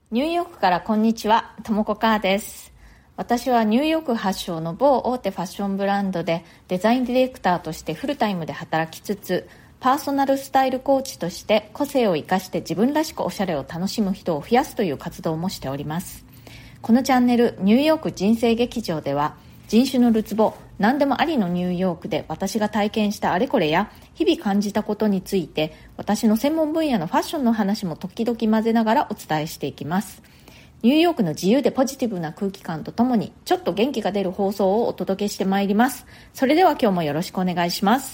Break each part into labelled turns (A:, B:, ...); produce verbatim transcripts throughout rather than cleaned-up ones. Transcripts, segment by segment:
A: ニューヨークからこんにちは、ともこかーです。私はニューヨーク発祥の某大手ファッションブランドでデザインディレクターとしてフルタイムで働きつつ、パーソナルスタイルコーチとして個性を生かして自分らしくおしゃれを楽しむ人を増やすという活動もしております。このチャンネルニューヨーク人生劇場では、人種のるつぼ何でもありのニューヨークで私が体験したあれこれや日々感じたことについて、私の専門分野のファッションの話も時々混ぜながらお伝えしていきます。ニューヨークの自由でポジティブな空気感とともにちょっと元気が出る放送をお届けしてまいります。それでは今日もよろしくお願いします。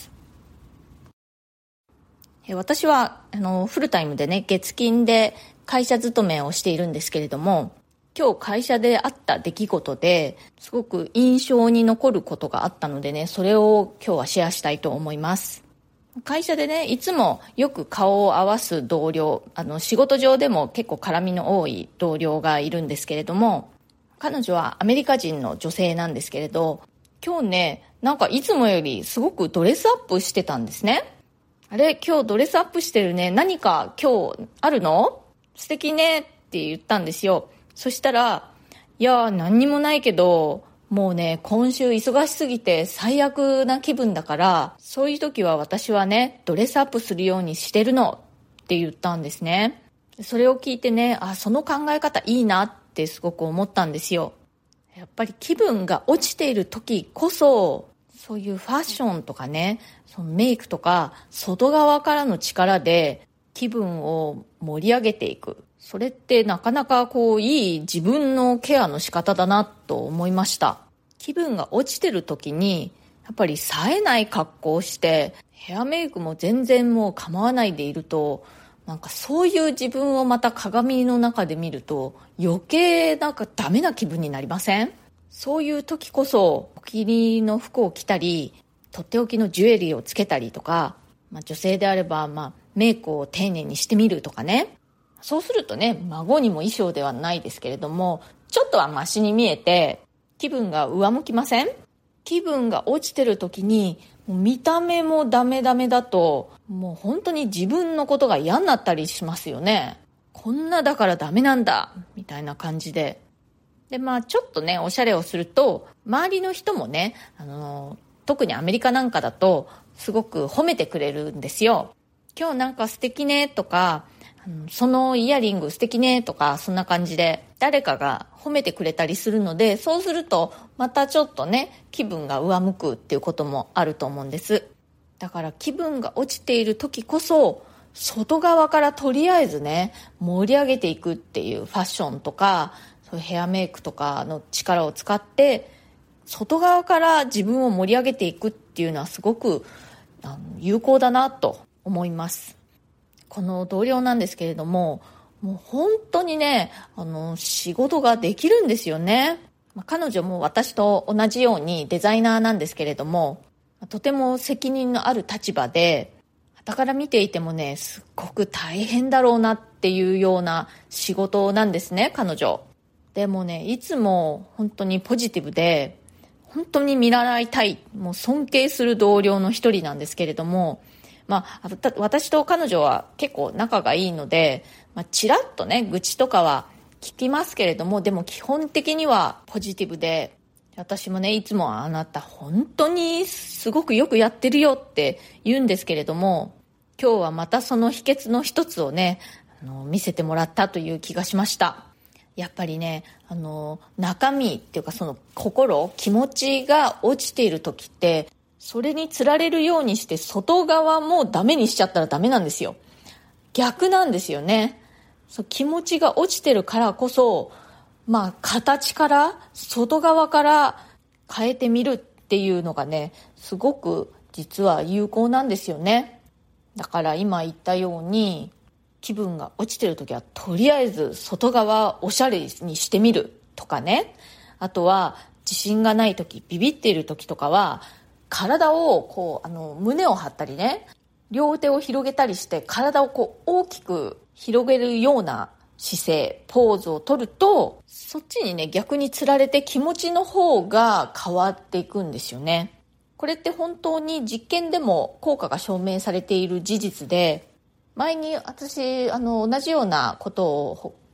A: 私はあのフルタイムでね、月金で会社勤めをしているんですけれども、今日会社であった出来事ですごく印象に残ることがあったのでね、それを今日はシェアしたいと思います。会社でね、いつもよく顔を合わす同僚、あの仕事上でも結構絡みの多い同僚がいるんですけれども、彼女はアメリカ人の女性なんですけれど、今日ね、なんかいつもよりすごくドレスアップしてたんですね。あれ、今日ドレスアップしてるね、何か今日あるの？素敵ねって言ったんですよ。そしたら、いや何にもないけど、もうね、今週忙しすぎて最悪な気分だから、そういう時は私はね、ドレスアップするようにしてるのって言ったんですね。それを聞いてね、あ、その考え方いいなってすごく思ったんですよ。やっぱり気分が落ちている時こそ、そういうファッションとかね、そのメイクとか外側からの力で気分を盛り上げていく。それってなかなかこういい自分のケアの仕方だなと思いました。気分が落ちてる時にやっぱり冴えない格好をしてヘアメイクも全然もう構わないでいると、なんかそういう自分をまた鏡の中で見ると余計なんかダメな気分になりません？そういう時こそお気に入りの服を着たり、とっておきのジュエリーをつけたりとか、まあ、女性であればまあメイクを丁寧にしてみるとかね。そうするとね、孫にも衣装ではないですけれども、ちょっとはマシに見えて気分が上向きません？気分が落ちてる時にもう見た目もダメダメだと、もう本当に自分のことが嫌になったりしますよね。こんなだからダメなんだみたいな感じで。でまあちょっとねおしゃれをすると周りの人もね、あの特にアメリカなんかだとすごく褒めてくれるんですよ。今日なんか素敵ねとか、そのイヤリング素敵ねとか、そんな感じで誰かが褒めてくれたりするので、そうするとまたちょっとね気分が上向くっていうこともあると思うんです。だから気分が落ちている時こそ外側からとりあえずね盛り上げていくっていうファッションとか、そういうヘアメイクとかの力を使って外側から自分を盛り上げていくっていうのはすごくあの有効だなと思います。この同僚なんですけれども、もう本当にね、あの仕事ができるんですよね。まあ、彼女も私と同じようにデザイナーなんですけれども、とても責任のある立場で、傍から見ていてもね、すっごく大変だろうなっていうような仕事なんですね、彼女。でもね、いつも本当にポジティブで、本当に見習いたい、もう尊敬する同僚の一人なんですけれども、まあ、私と彼女は結構仲がいいので、まあ、ちらっとね愚痴とかは聞きますけれども、でも基本的にはポジティブで、私もねいつもあなた本当にすごくよくやってるよって言うんですけれども、今日はまたその秘訣の一つをねあの見せてもらったという気がしました。やっぱりね、あの中身っていうか、その心気持ちが落ちている時って、それにつられるようにして外側もダメにしちゃったらダメなんですよ。逆なんですよね。そう、気持ちが落ちてるからこそ、まあ形から外側から変えてみるっていうのがね、すごく実は有効なんですよね。だから今言ったように、気分が落ちてるときはとりあえず外側おしゃれにしてみるとかね。あとは自信がないとき、ビビっているときとかは、体をこうあの胸を張ったりね、両手を広げたりして体をこう大きく広げるような姿勢、ポーズを取ると、そっちにね逆につられて気持ちの方が変わっていくんですよね。これって本当に実験でも効果が証明されている事実で、前に私あの同じようなことを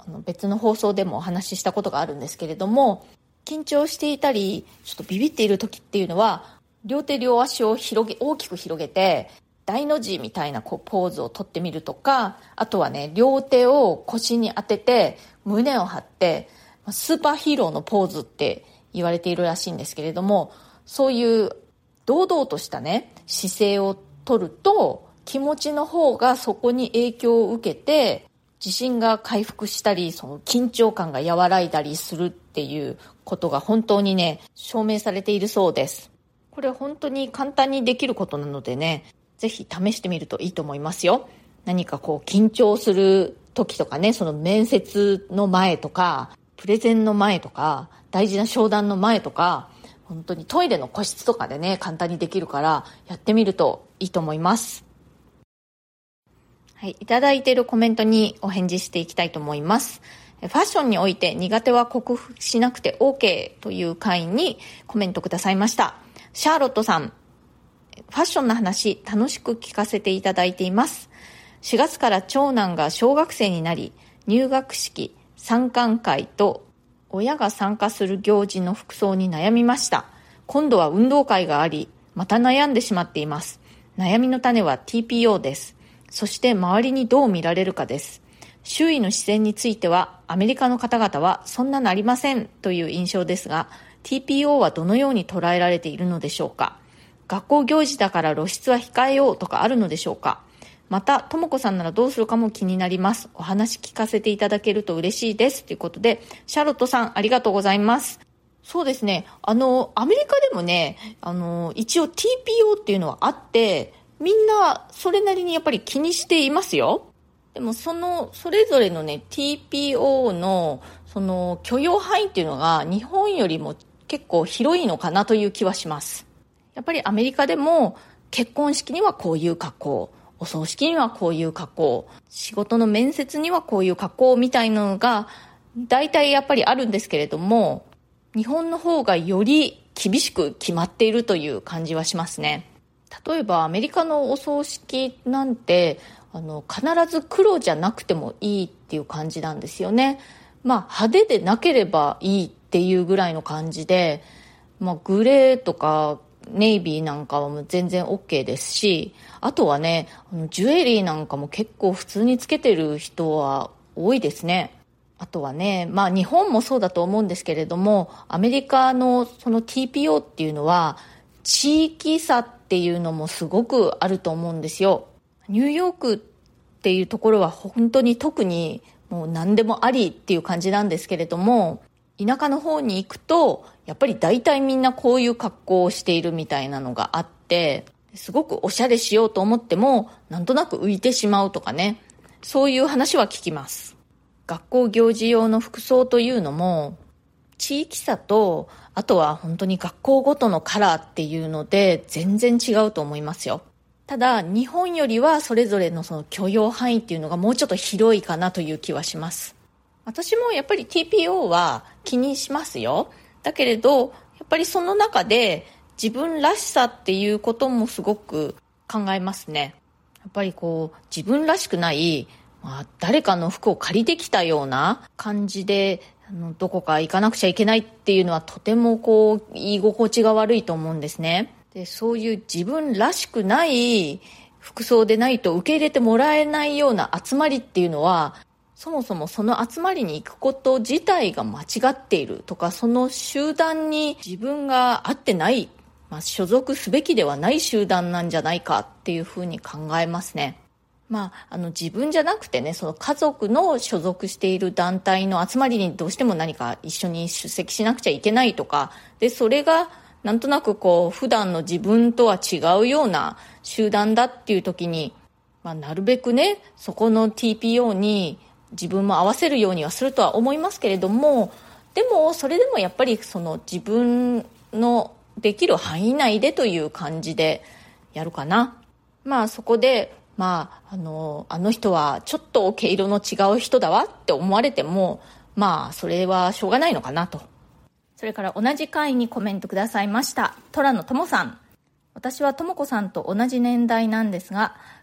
A: あの別の放送でもお話ししたことがあるんですけれども、緊張していたりちょっとビビっている時っていうのは、両手両足を広げ大きく広げて大の字みたいなこうポーズをとってみるとか、あとはね、両手を腰に当てて胸を張ってスーパーヒーローのポーズって言われているらしいんですけれども、そういう堂々としたね姿勢をとると、気持ちの方がそこに影響を受けて自信が回復したり、その緊張感が和らいだりするっていうことが本当にね証明されているそうです。これ本当に簡単にできることなのでね、ぜひ試してみるといいと思いますよ。何かこう緊張する時とかね、その面接の前とかプレゼンの前とか大事な商談の前とか、本当にトイレの個室とかでね簡単にできるからやってみるといいと思います。はい、いただいているコメントにお返事していきたいと思います。ファッションにおいて苦手は克服しなくて OK という回にコメントくださいました。シャーロットさん、ファッションの話楽しく聞かせていただいています。しがつから長男が小学生になり、入学式、参観会と親が参加する行事の服装に悩みました。今度は運動会があり、また悩んでしまっています。悩みの種は ティーピーオー です。そして周りにどう見られるかです。周囲の視線についてはアメリカの方々はそんなのありませんという印象ですが、 ティーピーオー はどのように捉えられているのでしょうか。学校行事だから露出は控えようとかあるのでしょうか。またともこさんならどうするかも気になります。お話聞かせていただけると嬉しいですということで、シャーロットさんありがとうございます。そうですね、あのアメリカでもね、あの一応 ティーピーオー っていうのはあって、みんなそれなりにやっぱり気にしていますよ。でもそのそれぞれのね ティーピーオー のその許容範囲っていうのが日本よりも結構広いのかなという気はします。やっぱりアメリカでも結婚式にはこういう格好、お葬式にはこういう格好、仕事の面接にはこういう格好みたいなのが大体やっぱりあるんですけれども、日本の方がより厳しく決まっているという感じはしますね。例えばアメリカのお葬式なんてあの必ず黒じゃなくてもいいっていう感じなんですよね。まあ派手でなければいいっていうぐらいの感じで、まあ、グレーとかネイビーなんかはもう全然 OK ですし、あとはね、ジュエリーなんかも結構普通につけてる人は多いですね。あとはね、まあ日本もそうだと思うんですけれども、アメリカのその ティーピーオー っていうのは地域差っていうのもすごくあると思うんですよ。ニューヨークっていうところは本当に特にもう何でもありっていう感じなんですけれども、田舎の方に行くとやっぱり大体みんなこういう格好をしているみたいなのがあって、すごくおしゃれしようと思ってもなんとなく浮いてしまうとかね、そういう話は聞きます。学校行事用の服装というのも地域差と、あとは本当に学校ごとのカラーっていうので全然違うと思いますよ。ただ日本よりはそれぞれのその許容範囲っていうのがもうちょっと広いかなという気はします。私もやっぱり ティーピーオー は気にしますよ。だけれどやっぱりその中で自分らしさっていうこともすごく考えますね。やっぱりこう自分らしくない、まあ、誰かの服を借りてきたような感じであのどこか行かなくちゃいけないっていうのはとてもこう居心地が悪いと思うんですね。で、そういう自分らしくない服装でないと受け入れてもらえないような集まりっていうのは、そもそもその集まりに行くこと自体が間違っているとか、その集団に自分が合ってない、まあ、所属すべきではない集団なんじゃないかっていうふうに考えますね。まあ、あの自分じゃなくてね、その家族の所属している団体の集まりにどうしても何か一緒に出席しなくちゃいけないとかで、それがなんとなくこう普段の自分とは違うような集団だっていう時に、まあ、なるべくねそこの ティーピーオー に自分も合わせるようにはするとは思いますけれども、でもそれでもやっぱりその自分のできる範囲内でという感じでやるかな。まあそこでまああのあの人はちょっと毛色の違う人だわって思われても、まあそれはしょうがないのかなと。それから同じ回にコメントくださいました虎野智さん。私は智子さんと同じ年代なんですが、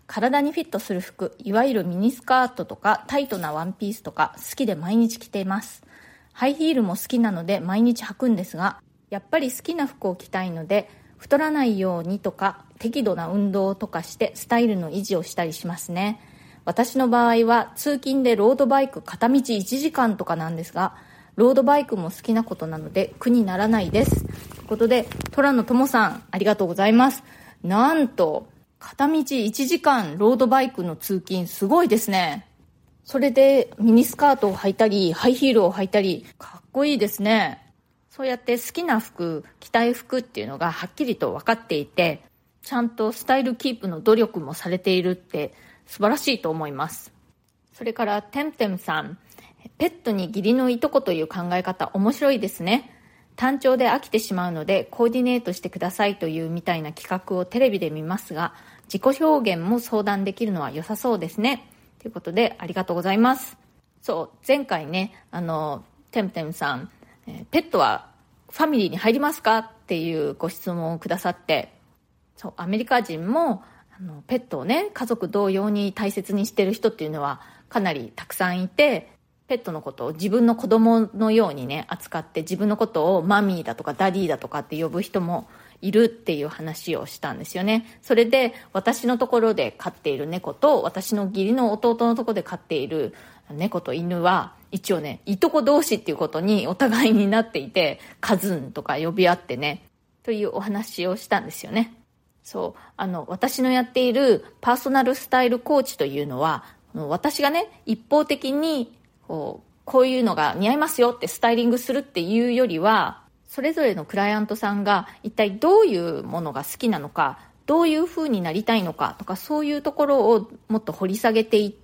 A: 体にフィットする服、いわゆるミニスカートとかタイトなワンピースとか好きで毎日着ています。ハイヒールも好きなので毎日履くんですが、やっぱり好きな服を着たいので太らないようにとか適度な運動とかしてスタイルの維持をしたりしますね。私の場合は通勤でロードバイク片道いちじかんとかなんですが、ロードバイクも好きなことなので苦にならないです。ということで、虎野友さんありがとうございます。なんと片道いちじかんロードバイクの通勤、すごいですね。それでミニスカートを履いたりハイヒールを履いたり、かっこいいですね。そうやって好きな服、着たい服っていうのがはっきりと分かっていて、ちゃんとスタイルキープの努力もされているって素晴らしいと思います。それからてんてんさん、ペットに義理のいとこという考え方面白いですね。単調で飽きてしまうのでコーディネートしてくださいというみたいな企画をテレビで見ますが、自己表現も相談できるのは良さそうですね。ということでありがとうございます。そう、前回ね、あのてんてんさん、ペットはファミリーに入りますかっていうご質問をくださって、そう、アメリカ人もあのペットをね、家族同様に大切にしてる人っていうのはかなりたくさんいて、ペットのことを自分の子供のようにね扱って、自分のことをマミーだとかダディだとかって呼ぶ人もいるっていう話をしたんですよね。それで私のところで飼っている猫と私の義理の弟のところで飼っている猫と犬は一応ね、いとこ同士っていうことにお互いになっていて、カズンとか呼び合ってねというお話をしたんですよね。そう、あの私のやっているパーソナルスタイルコーチというのは、私がね一方的にこう、こういうのが似合いますよってスタイリングするっていうよりは、それぞれのクライアントさんが一体どういうものが好きなのか、どういう風になりたいのかとか、そういうところをもっと掘り下げていって、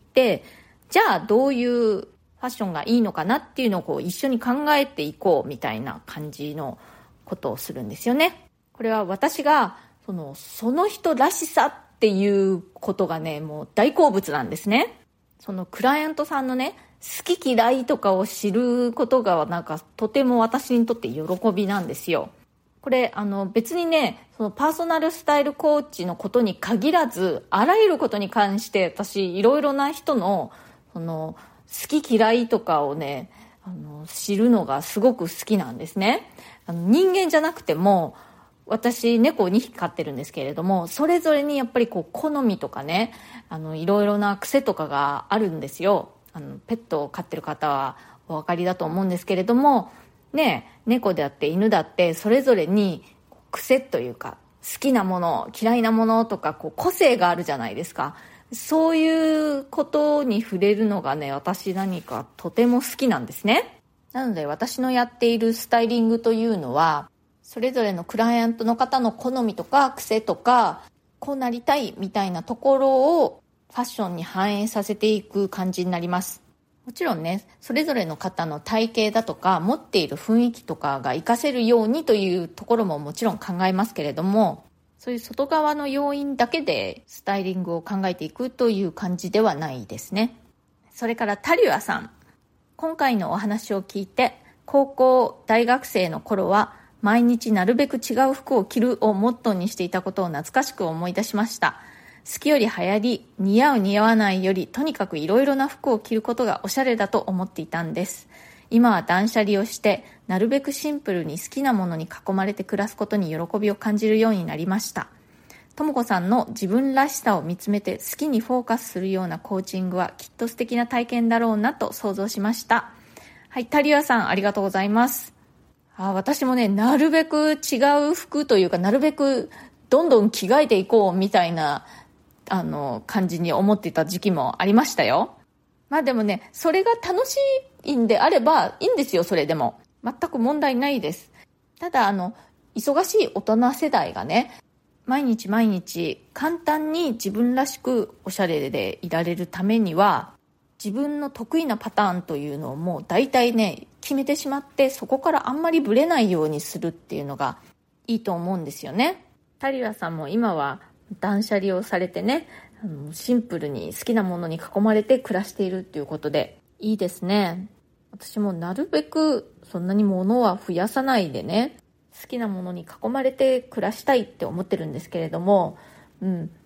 A: じゃあどういうファッションがいいのかなっていうのをこう一緒に考えていこうみたいな感じのことをするんですよね。これは私がそのその人らしさっていうことがね、もう大好物なんですね。そのクライアントさんのね、好き嫌いとかを知ることがなんかとても私にとって喜びなんですよ。これあの別にね、そのパーソナルスタイルコーチのことに限らず、あらゆることに関して私いろいろな人のその好き嫌いとかをね、あの知るのがすごく好きなんですね。あの人間じゃなくても、私猫をにひき飼ってるんですけれども、それぞれにやっぱりこう好みとかね、あのいろいろな癖とかがあるんですよ。あのペットを飼ってる方はお分かりだと思うんですけれどもね、猫であって犬だってそれぞれに癖というか、好きなもの嫌いなものとかこう個性があるじゃないですか。そういうことに触れるのがね、私何かとても好きなんですね。なので私のやっているスタイリングというのは、それぞれのクライアントの方の好みとか癖とか、こうなりたいみたいなところをファッションに反映させていく感じになります。もちろんね、それぞれの方の体型だとか持っている雰囲気とかが活かせるようにというところももちろん考えますけれども、そういう外側の要因だけでスタイリングを考えていくという感じではないですね。それからタリュアさん、今回のお話を聞いて、高校大学生の頃は毎日なるべく違う服を着るをモットーにしていたことを懐かしく思い出しました。好きより流行り、似合う似合わないよりとにかくいろいろな服を着ることがおしゃれだと思っていたんです。今は断捨離をしてなるべくシンプルに好きなものに囲まれて暮らすことに喜びを感じるようになりました。ともこさんの自分らしさを見つめて好きにフォーカスするようなコーチングはきっと素敵な体験だろうなと想像しました。はい、タリアさんありがとうございます。あ、私もね、なるべく違う服というか、なるべくどんどん着替えていこうみたいなあの感じに思っていた時期もありましたよ。まあでもね、それが楽しいんであればいいんですよ。それでも全く問題ないです。ただあの忙しい大人世代がね、毎日毎日簡単に自分らしくおしゃれでいられるためには、自分の得意なパターンというのをもう大体ね決めてしまって、そこからあんまりブレないようにするっていうのがいいと思うんですよね。タリラさんも今は断捨離をされてね、あのシンプルに好きなものに囲まれて暮らしているっていうことでいいですね。私もなるべくそんなに物は増やさないでね、好きなものに囲まれて暮らしたいって思ってるんですけれども、うん、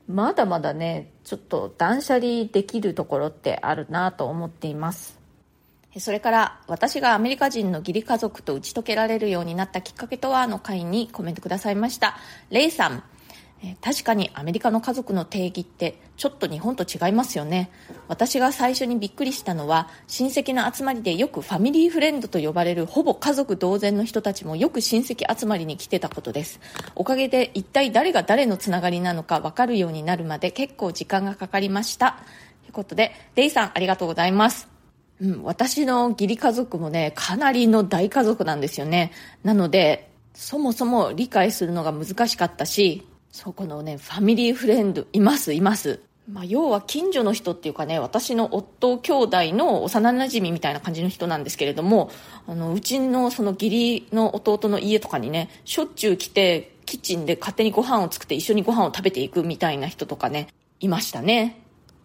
A: まだまだね、ちょっと断捨離できるところってあるなと思っています。それから私がアメリカ人の義理家族と打ち解けられるようになったきっかけとはの回にコメントくださいましたレイさん。確かにアメリカの家族の定義ってちょっと日本と違いますよね。私が最初にびっくりしたのは、親戚の集まりでよくファミリーフレンドと呼ばれるほぼ家族同然の人たちもよく親戚集まりに来てたことです。おかげで一体誰が誰のつながりなのか分かるようになるまで結構時間がかかりました。ということでレイさん、ありがとうございます。うん、私の義理家族もね、かなりの大家族なんですよね。なのでそもそも理解するのが難しかったし、そこのね、ファミリーフレンドいますいます、まあ、要は近所の人っていうかね、私の夫兄弟の幼馴染みたいな感じの人なんですけれども、あのうちのその義理の弟の家とかにね、しょっちゅう来てキッチンで勝手にご飯を作って一緒にご飯を食べていくみたいな人とかね、いましたね。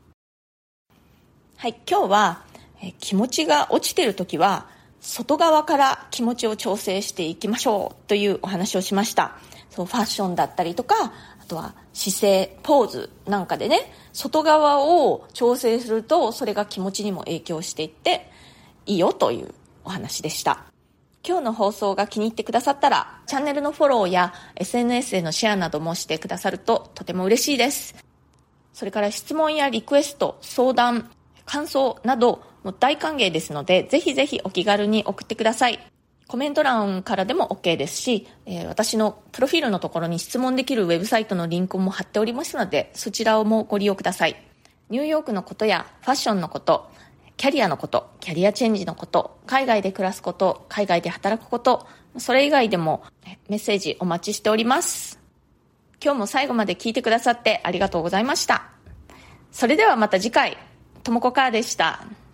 A: はい、今日はえ気持ちが落ちてるときは外側から気持ちを調整していきましょうというお話をしました。そう、ファッションだったりとか、あとは姿勢、ポーズなんかでね、外側を調整するとそれが気持ちにも影響していっていいよというお話でした。今日の放送が気に入ってくださったら、チャンネルのフォローや エスエヌエス へのシェアなどもしてくださるととても嬉しいです。それから質問やリクエスト、相談、感想なども大歓迎ですので、ぜひぜひお気軽に送ってください。コメント欄からでも OK ですし、えー、私のプロフィールのところに質問できるウェブサイトのリンクも貼っておりますので、そちらをもご利用ください。ニューヨークのことやファッションのこと、キャリアのこと、キャリアチェンジのこと、海外で暮らすこと、海外で働くこと、それ以外でもメッセージお待ちしております。今日も最後まで聞いてくださってありがとうございました。それではまた次回、ともこかーでした。